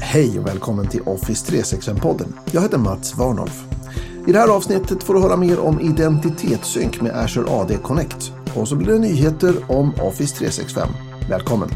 Hej och välkommen till Office 365-podden. Jag heter Mats Warnolf. I det här avsnittet får du höra mer om identitetssynk med Azure AD Connect. Och så blir det nyheter om Office 365. Välkommen!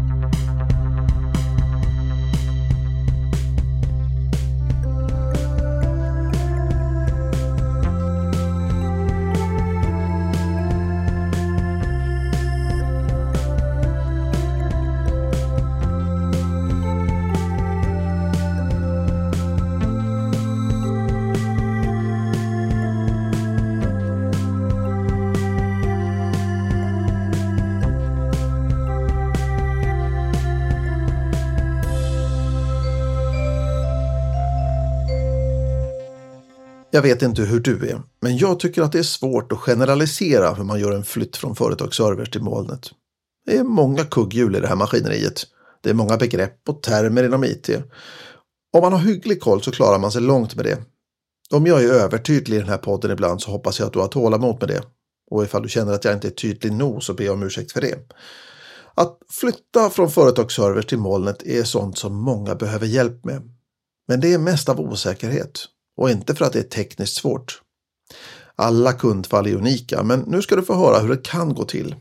Jag vet inte hur du är, men jag tycker att det är svårt att generalisera hur man gör en flytt från företagsserver till molnet. Det är många kugghjul i det här maskineriet. Det är många begrepp och termer inom IT. Om man har hygglig koll så klarar man sig långt med det. Om jag är övertydlig i den här podden ibland så hoppas jag att du har tålamod med det. Och ifall du känner att jag inte är tydlig nog så ber jag om ursäkt för det. Att flytta från företagsserver till molnet är sånt som många behöver hjälp med. Men det är mest av osäkerhet. Och inte för att det är tekniskt svårt. Alla kundfall är unika, men nu ska du få höra hur det kan gå till.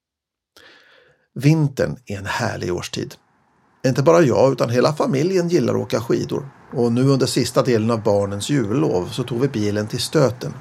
Vintern är en härlig årstid. Inte bara jag utan hela familjen gillar att åka skidor. Och nu under sista delen av barnens jullov så tog vi bilen till Stöten.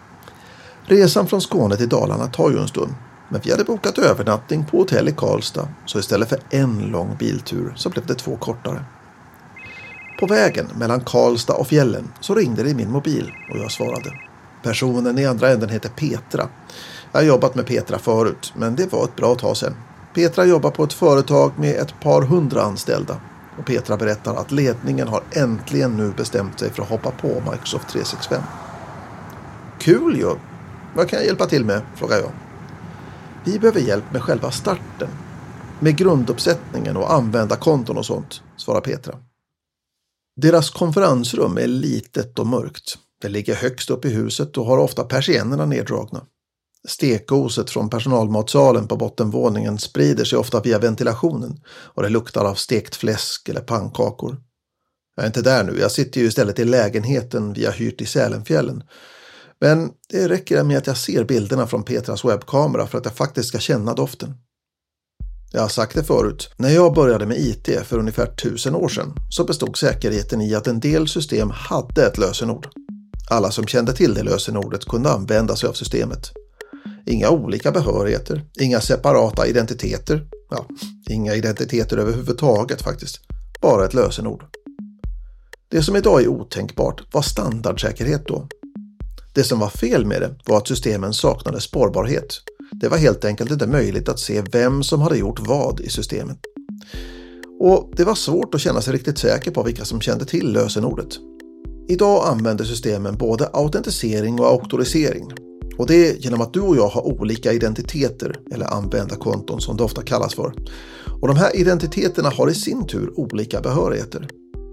Resan från Skåne till Dalarna tar ju en stund. Men vi hade bokat övernattning på hotell i Karlstad. Så istället för en lång biltur så blev det 2 kortare. På vägen mellan Karlstad och fjällen så ringde det i min mobil och jag svarade. Personen i andra änden heter Petra. Jag har jobbat med Petra förut, men det var ett bra tag sedan. Petra jobbar på ett företag med ett par 100 anställda. Och Petra berättar att ledningen har äntligen nu bestämt sig för att hoppa på Microsoft 365. Kul ju! Vad kan jag hjälpa till med? Frågar jag. Vi behöver hjälp med själva starten. Med grunduppsättningen och använda konton och sånt, svarar Petra. Deras konferensrum är litet och mörkt. Det ligger högst upp i huset och har ofta persiennerna neddragna. Stekoset från personalmatsalen på bottenvåningen sprider sig ofta via ventilationen och det luktar av stekt fläsk eller pannkakor. Jag är inte där nu, jag sitter ju istället i lägenheten vi har hyrt i Sälenfjällen. Men det räcker med att jag ser bilderna från Petras webbkamera för att jag faktiskt ska känna doften. Jag har sagt det förut, när jag började med IT för ungefär 1000 år sedan så bestod säkerheten i att en del system hade ett lösenord. Alla som kände till det lösenordet kunde använda sig av systemet. Inga olika behörigheter, inga separata identiteter, inga identiteter överhuvudtaget faktiskt, bara ett lösenord. Det som idag är otänkbart var standardsäkerhet då. Det som var fel med det var att systemen saknade spårbarhet. Det var helt enkelt inte möjligt att se vem som hade gjort vad i systemet. Och det var svårt att känna sig riktigt säker på vilka som kände till lösenordet. Idag använder systemen både autentisering och auktorisering. Och det är genom att du och jag har olika identiteter, eller användarkonton som det ofta kallas för. Och de här identiteterna har i sin tur olika behörigheter.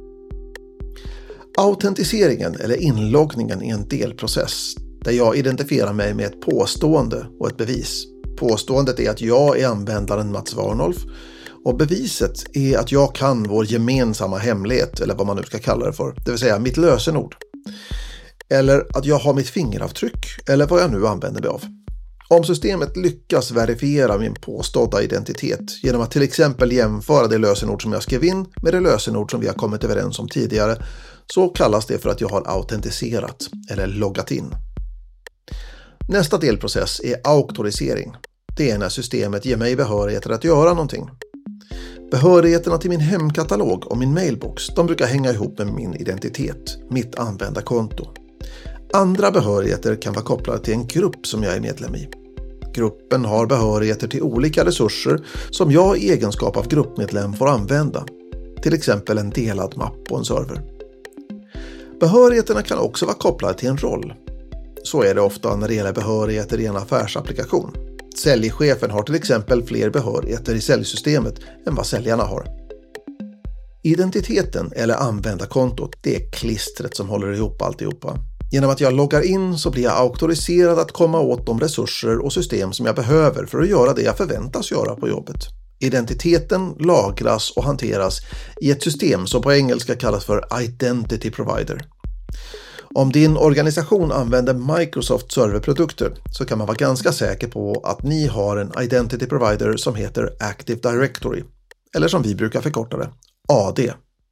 Autentiseringen eller inloggningen är en delprocess där jag identifierar mig med ett påstående och ett bevis. Påståendet är att jag är användaren Mats Warnolf och beviset är att jag kan vår gemensamma hemlighet eller vad man nu ska kalla det för, det vill säga mitt lösenord. Eller att jag har mitt fingeravtryck eller vad jag nu använder mig av. Om systemet lyckas verifiera min påstådda identitet genom att till exempel jämföra det lösenord som jag skrev in med det lösenord som vi har kommit överens om tidigare så kallas det för att jag har autentiserat eller loggat in. Nästa delprocess är auktorisering. Det är när systemet ger mig behörigheter att göra någonting. Behörigheterna till min hemkatalog och min mailbox, de brukar hänga ihop med min identitet, mitt användarkonto. Andra behörigheter kan vara kopplade till en grupp som jag är medlem i. Gruppen har behörigheter till olika resurser som jag i egenskap av gruppmedlem får använda. Till exempel en delad mapp på en server. Behörigheterna kan också vara kopplade till en roll. Så är det ofta när det gäller behörigheter i en affärsapplikation. Säljchefen har till exempel fler behörigheter i säljsystemet än vad säljarna har. Identiteten eller användarkontot, det är klistret som håller ihop alltihopa. Genom att jag loggar in så blir jag auktoriserad att komma åt de resurser och system som jag behöver för att göra det jag förväntas göra på jobbet. Identiteten lagras och hanteras i ett system som på engelska kallas för Identity Provider. Om din organisation använder Microsoft serverprodukter så kan man vara ganska säker på att ni har en Identity Provider som heter Active Directory, eller som vi brukar förkorta det, AD.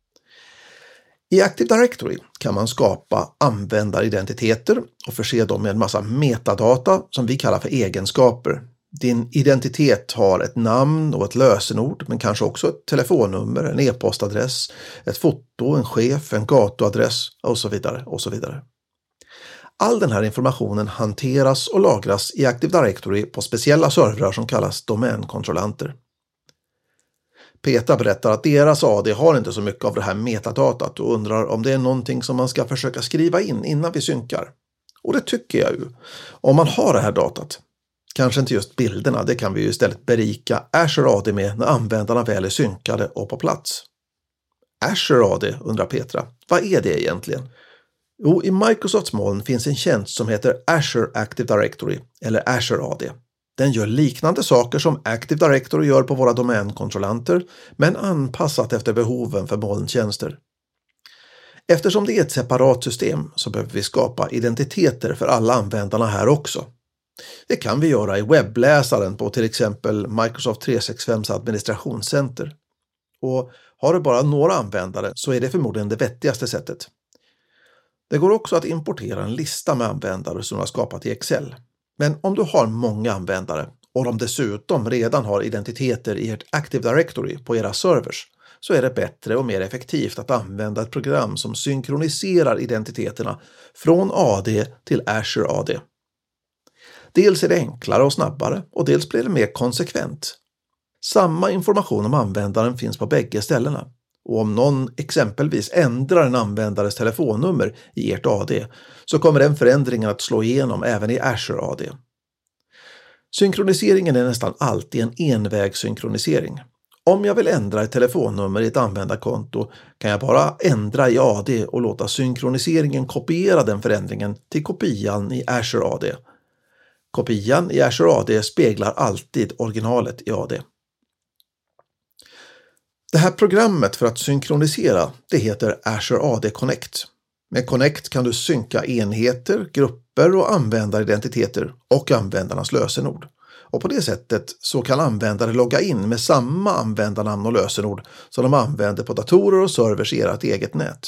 I Active Directory kan man skapa användaridentiteter och förse dem med en massa metadata som vi kallar för egenskaper. Din identitet har ett namn och ett lösenord, men kanske också ett telefonnummer, en e-postadress, ett foto, en chef, en gatuadress och så vidare och så vidare. All den här informationen hanteras och lagras i Active Directory på speciella servrar som kallas domänkontrollanter. Petra berättar att deras AD har inte så mycket av det här metadatat och undrar om det är någonting som man ska försöka skriva in innan vi synkar. Och det tycker jag ju. Om man har det här datat. Kanske inte just bilderna, det kan vi ju istället berika Azure AD med när användarna väl är synkade och på plats. Azure AD, undrar Petra. Vad är det egentligen? Jo, i Microsofts moln finns en tjänst som heter Azure Active Directory, eller Azure AD. Den gör liknande saker som Active Directory gör på våra domänkontrollanter, men anpassat efter behoven för molntjänster. Eftersom det är ett separat system så behöver vi skapa identiteter för alla användarna här också. Det kan vi göra i webbläsaren på till exempel Microsoft 365s administrationscenter. Och har du bara några användare så är det förmodligen det vettigaste sättet. Det går också att importera en lista med användare som du har skapat i Excel. Men om du har många användare och de dessutom redan har identiteter i ert Active Directory på era servers så är det bättre och mer effektivt att använda ett program som synkroniserar identiteterna från AD till Azure AD. Dels är det enklare och snabbare och dels blir det mer konsekvent. Samma information om användaren finns på bägge ställena. Och om någon exempelvis ändrar en användares telefonnummer i ert AD så kommer den förändringen att slå igenom även i Azure AD. Synkroniseringen är nästan alltid en envägssynkronisering. Om jag vill ändra ett telefonnummer i ett användarkonto kan jag bara ändra i AD och låta synkroniseringen kopiera den förändringen till kopian i Azure AD. Kopian i Azure AD speglar alltid originalet i AD. Det här programmet för att synkronisera, det heter Azure AD Connect. Med Connect kan du synka enheter, grupper och användaridentiteter och användarnas lösenord. Och på det sättet så kan användare logga in med samma användarnamn och lösenord som de använder på datorer och servers i ert eget nät.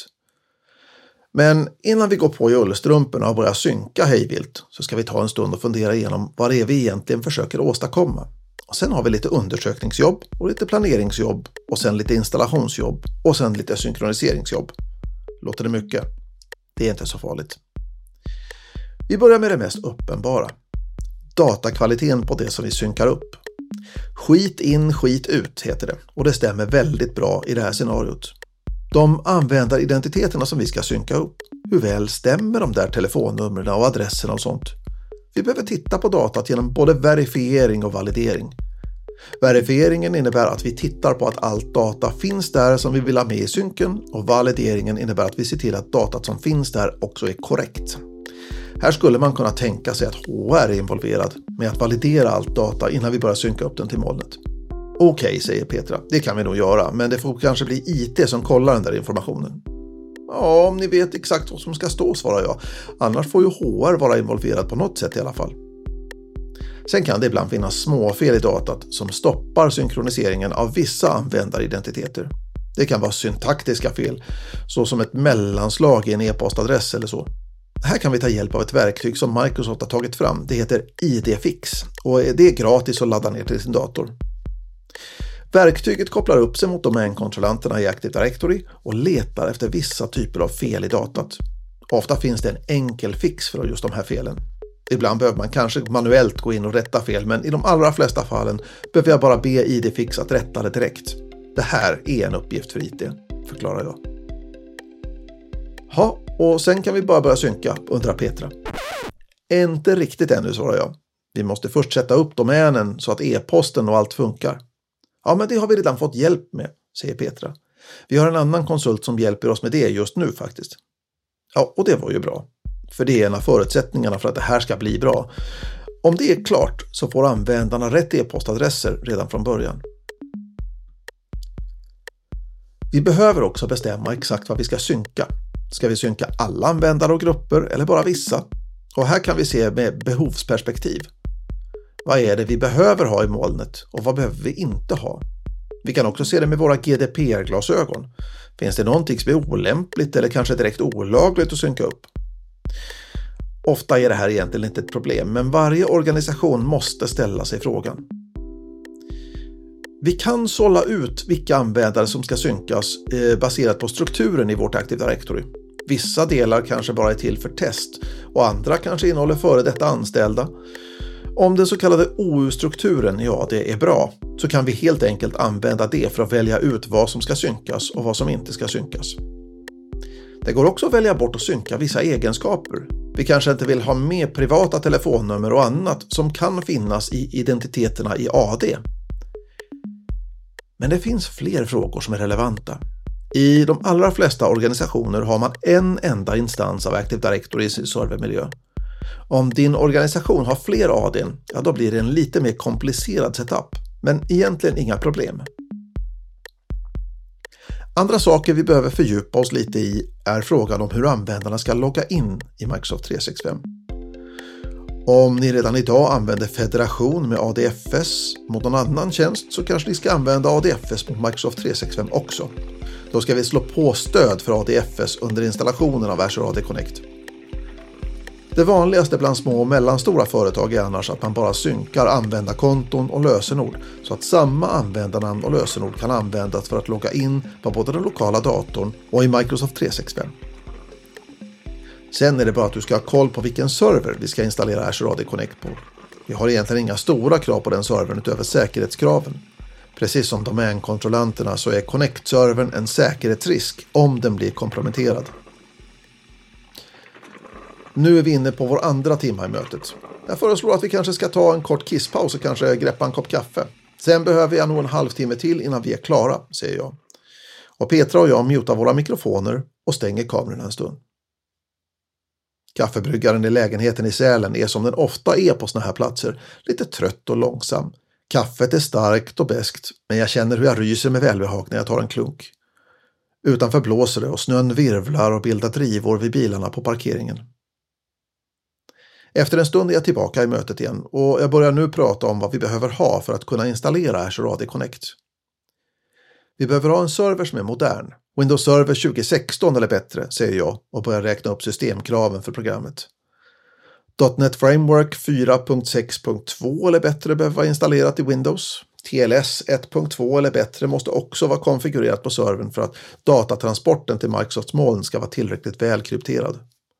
Men innan vi går på i ullstrumporna och börjar synka hejvilt så ska vi ta en stund och fundera igenom vad det är vi egentligen försöker åstadkomma. Och sen har vi lite undersökningsjobb och lite planeringsjobb och sen lite installationsjobb och sen lite synkroniseringsjobb. Låter det mycket? Det är inte så farligt. Vi börjar med det mest uppenbara. Datakvaliteten på det som vi synkar upp. Skit in, skit ut heter det och det stämmer väldigt bra i det här scenariot. De användaridentiteterna som vi ska synka upp, hur väl stämmer de där telefonnumren och adresserna och sånt? Vi behöver titta på datat genom både verifiering och validering. Verifieringen innebär att vi tittar på att allt data finns där som vi vill ha med i synken och valideringen innebär att vi ser till att datat som finns där också är korrekt. Här skulle man kunna tänka sig att HR är involverad med att validera allt data innan vi börjar synka upp den till molnet. Okej, säger Petra, det kan vi nog göra, men det får kanske bli IT som kollar den där informationen. Ja, om ni vet exakt vad som ska stå, svarar jag. Annars får ju HR vara involverad på något sätt i alla fall. Sen kan det ibland finnas småfel i datat som stoppar synkroniseringen av vissa användaridentiteter. Det kan vara syntaktiska fel, så som ett mellanslag i en e-postadress eller så. Här kan vi ta hjälp av ett verktyg som Microsoft har tagit fram. Det heter ID-Fix och det är gratis att ladda ner till sin dator. Verktyget kopplar upp sig mot domänkontrollanterna i Active Directory och letar efter vissa typer av fel i datat. Ofta finns det en enkel fix för just de här felen. Ibland behöver man kanske manuellt gå in och rätta fel, men i de allra flesta fallen behöver jag bara be ID-Fix att rätta det direkt. Det här är en uppgift för IT, förklarar jag. Ja, och sen kan vi bara börja synka, undrar Petra. Inte riktigt ännu, svarar jag. Vi måste först sätta upp domänen så att e-posten och allt funkar. Ja, men det har vi redan fått hjälp med, säger Petra. Vi har en annan konsult som hjälper oss med det just nu faktiskt. Ja, och det var ju bra. För det är en av förutsättningarna för att det här ska bli bra. Om det är klart så får användarna rätt e-postadresser redan från början. Vi behöver också bestämma exakt vad vi ska synka. Ska vi synka alla användare och grupper eller bara vissa? Och här kan vi se med behovsperspektiv. Vad är det vi behöver ha i molnet och vad behöver vi inte ha? Vi kan också se det med våra GDPR-glasögon. Finns det någonting som är olämpligt eller kanske direkt olagligt att synka upp? Ofta är det här egentligen inte ett problem, men varje organisation måste ställa sig frågan. Vi kan sålla ut vilka användare som ska synkas baserat på strukturen i vårt Active Directory. Vissa delar kanske bara är till för test och andra kanske innehåller före detta anställda. Om den så kallade OU-strukturen, ja det är bra, så kan vi helt enkelt använda det för att välja ut vad som ska synkas och vad som inte ska synkas. Det går också att välja bort och synka vissa egenskaper. Vi kanske inte vill ha med privata telefonnummer och annat som kan finnas i identiteterna i AD. Men det finns fler frågor som är relevanta. I de allra flesta organisationer har man en enda instans av Active Directory i sin servermiljö. Om din organisation har fler AD, ja då blir det en lite mer komplicerad setup, men egentligen inga problem. Andra saker vi behöver fördjupa oss lite i är frågan om hur användarna ska logga in i Microsoft 365. Om ni redan idag använder federation med ADFS mot någon annan tjänst så kanske ni ska använda ADFS mot Microsoft 365 också. Då ska vi slå på stöd för ADFS under installationen av Azure AD Connect. Det vanligaste bland små och mellanstora företag är annars att man bara synkar användarkonton och lösenord så att samma användarnamn och lösenord kan användas för att logga in på både den lokala datorn och i Microsoft 365. Sen är det bara att du ska ha koll på vilken server vi ska installera Azure AD Connect på. Vi har egentligen inga stora krav på den servern utöver säkerhetskraven. Precis som domänkontrollanterna så är Connect-servern en säkerhetsrisk om den blir komprometterad. Nu är vi inne på vår andra timma i mötet. Jag föreslår att vi kanske ska ta en kort kisspaus och kanske greppa en kopp kaffe. Sen behöver jag nog en halvtimme till innan vi är klara, säger jag. Och Petra och jag mutar våra mikrofoner och stänger kameran en stund. Kaffebryggaren i lägenheten i Sälen är som den ofta är på såna här platser, lite trött och långsam. Kaffet är starkt och beskt, men jag känner hur jag ryser med välbehag när jag tar en klunk. Utanför blåser det och snön virvlar och bildar drivor vid bilarna på parkeringen. Efter en stund är jag tillbaka i mötet igen och jag börjar nu prata om vad vi behöver ha för att kunna installera Azure AD Connect. Vi behöver ha en server som är modern. Windows Server 2016 eller bättre, säger jag och börjar räkna upp systemkraven för programmet. .NET Framework 4.6.2 eller bättre behöver vara installerat i Windows. TLS 1.2 eller bättre måste också vara konfigurerat på servern för att datatransporten till Microsofts moln ska vara tillräckligt väl krypterad.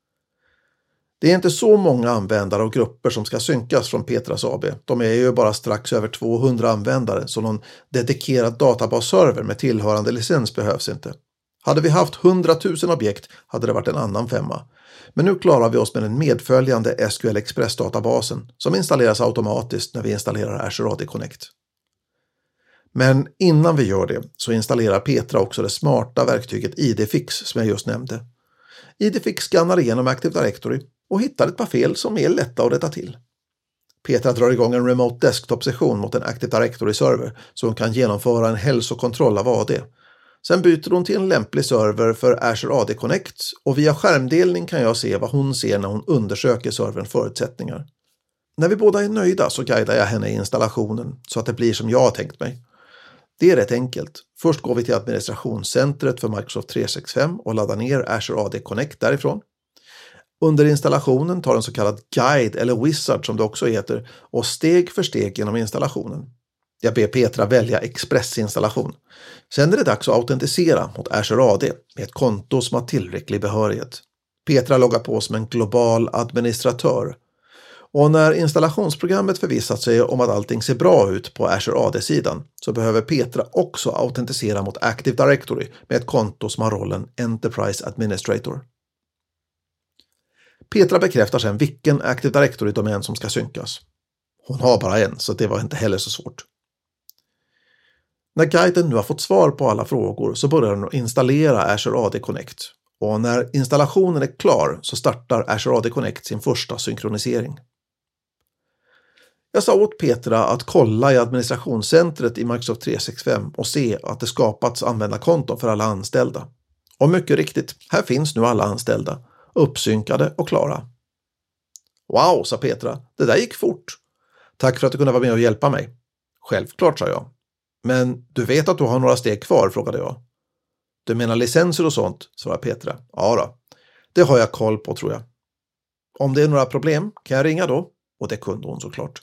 Det är inte så många användare och grupper som ska synkas från Petras AB. De är ju bara strax över 200 användare, så någon dedikerad databasserver med tillhörande licens behövs inte. Hade vi haft 100 000 objekt hade det varit en annan femma. Men nu klarar vi oss med den medföljande SQL Express-databasen som installeras automatiskt när vi installerar Azure AD Connect. Men innan vi gör det så installerar Petra också det smarta verktyget IDFix som jag just nämnde. IDFix skannar igenom Active Directory och hittar ett par fel som är lätta att rätta till. Petra drar igång en remote desktop-session mot en Active Directory-server så hon kan genomföra en hälsokontroll av AD. Sen byter hon till en lämplig server för Azure AD Connect och via skärmdelning kan jag se vad hon ser när hon undersöker serverns förutsättningar. När vi båda är nöjda så guidar jag henne i installationen så att det blir som jag har tänkt mig. Det är rätt enkelt. Först går vi till administrationscentret för Microsoft 365 och laddar ner Azure AD Connect därifrån. Under installationen tar en så kallad guide eller wizard som det också heter och steg för steg genom installationen. Jag ber Petra välja expressinstallation. Sen är det dags att autentisera mot Azure AD med ett konto som har tillräcklig behörighet. Petra loggar på som en global administratör. Och när installationsprogrammet förvissat sig om att allting ser bra ut på Azure AD-sidan så behöver Petra också autentisera mot Active Directory med ett konto som har rollen Enterprise Administrator. Petra bekräftar sedan vilken Active Directory-domän som ska synkas. Hon har bara en, så det var inte heller så svårt. När guiden nu har fått svar på alla frågor så börjar den installera Azure AD Connect. Och när installationen är klar så startar Azure AD Connect sin första synkronisering. Jag sa åt Petra att kolla i administrationscentret i Microsoft 365 och se att det skapats användarkonton för alla anställda. Och mycket riktigt, här finns nu alla anställda, uppsynkade och klara. Wow, sa Petra, det där gick fort. Tack för att du kunde vara med och hjälpa mig. Självklart, sa jag. Men du vet att du har några steg kvar, frågade jag. Du menar licenser och sånt, svarade Petra. Ja då, det har jag koll på, tror jag. Om det är några problem kan jag ringa då. Och det kunde hon såklart.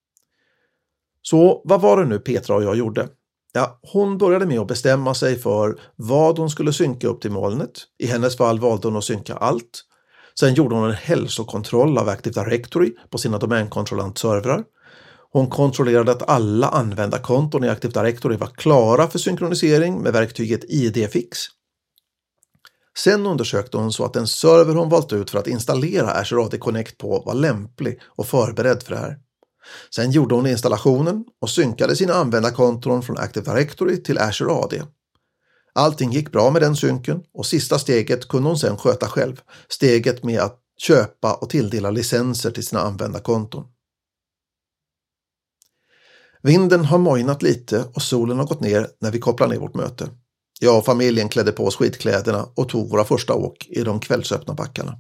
Så vad var det nu Petra och jag gjorde? Ja, hon började med att bestämma sig för vad hon skulle synka upp till molnet. I hennes fall valde hon att synka allt. Sen gjorde hon en hälsokontroll av Active Directory på sina domänkontrollantservrar. Hon kontrollerade att alla användarkonton i Active Directory var klara för synkronisering med verktyget ID-fix. Sen undersökte hon så att den server hon valt ut för att installera Azure AD Connect på var lämplig och förberedd för det här. Sen gjorde hon installationen och synkade sina användarkonton från Active Directory till Azure AD. Allting gick bra med den synken och sista steget kunde hon sen sköta själv. Steget med att köpa och tilldela licenser till sina användarkonton. Vinden har mojnat lite och solen har gått ner när vi kopplade ner vårt möte. Jag och familjen klädde på oss skidkläderna och tog våra första åk i de kvällsöppna backarna.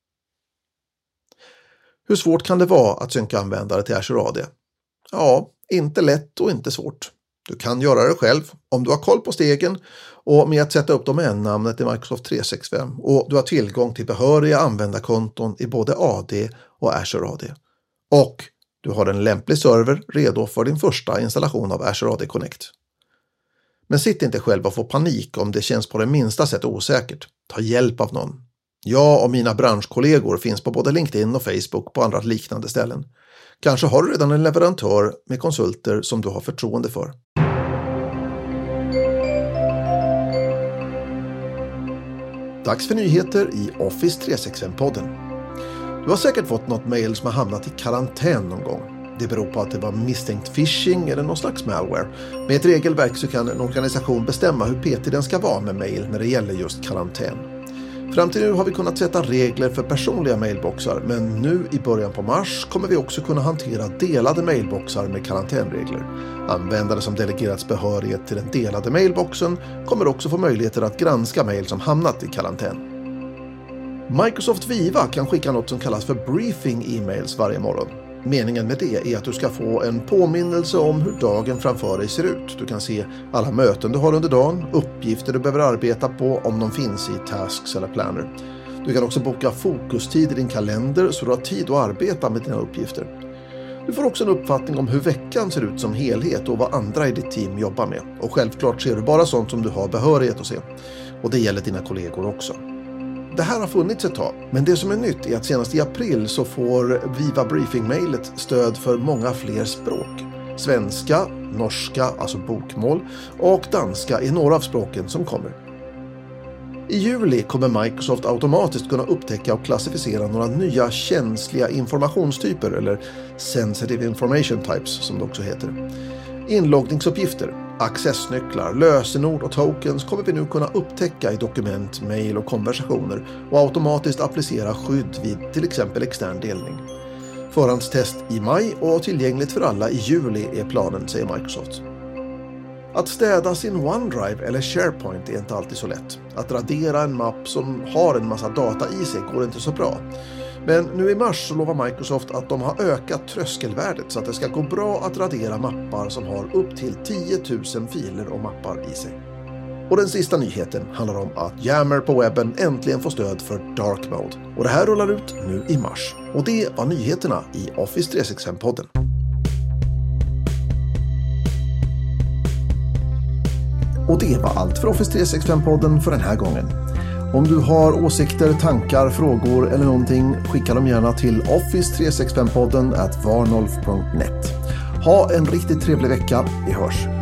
Hur svårt kan det vara att synka användare till Azure AD? Ja, inte lätt och inte svårt. Du kan göra det själv om du har koll på stegen och med att sätta upp domännamnet i Microsoft 365 och du har tillgång till behöriga användarkonton i både AD och Azure AD. Och du har en lämplig server redo för din första installation av Azure AD Connect. Men sitt inte själv och få panik om det känns på det minsta sätt osäkert. Ta hjälp av någon. Jag och mina branschkollegor finns på både LinkedIn och Facebook på andra liknande ställen. Kanske har du redan en leverantör med konsulter som du har förtroende för. Dags för nyheter i Office 365-podden. Du har säkert fått något mejl som har hamnat i karantän någon gång. Det beror på att det var misstänkt phishing eller någon slags malware. Med ett regelverk så kan en organisation bestämma hur petig den ska vara med mejl när det gäller just karantän. Fram till nu har vi kunnat sätta regler för personliga mailboxar, men nu i början på mars kommer vi också kunna hantera delade mailboxar med karantänregler. Användare som delegerats behörighet till den delade mailboxen kommer också få möjligheter att granska mejl som hamnat i karantän. Microsoft Viva kan skicka något som kallas för briefing e-mails varje morgon. Meningen med det är att du ska få en påminnelse om hur dagen framför dig ser ut. Du kan se alla möten du har under dagen, uppgifter du behöver arbeta på om de finns i Tasks eller Planner. Du kan också boka fokustid i din kalender så du har tid att arbeta med dina uppgifter. Du får också en uppfattning om hur veckan ser ut som helhet och vad andra i ditt team jobbar med. Och självklart ser du bara sånt som du har behörighet att se. Och det gäller dina kollegor också. Det här har funnits ett tag, men det som är nytt är att senast i april så får Viva Briefing-mailet stöd för många fler språk. Svenska, norska, alltså bokmål, och danska är några av språken som kommer. I juli kommer Microsoft automatiskt kunna upptäcka och klassificera några nya känsliga informationstyper, eller sensitive information types som det också heter. Inloggningsuppgifter, accessnycklar, lösenord och tokens kommer vi nu kunna upptäcka i dokument, mejl och konversationer och automatiskt applicera skydd vid till exempel extern delning. Förhandstest i maj och tillgängligt för alla i juli är planen, säger Microsoft. Att städa sin OneDrive eller SharePoint är inte alltid så lätt. Att radera en mapp som har en massa data i sig går inte så bra. Men nu i mars så lovar Microsoft att de har ökat tröskelvärdet så att det ska gå bra att radera mappar som har upp till 10 000 filer och mappar i sig. Och den sista nyheten handlar om att Yammer på webben äntligen får stöd för Dark Mode. Och det här rullar ut nu i mars. Och det var nyheterna i Office 365-podden. Och det var allt för Office 365-podden för den här gången. Om du har åsikter, tankar, frågor eller någonting, skicka dem gärna till office365podden@varnolf.net. Ha en riktigt trevlig vecka, vi hörs!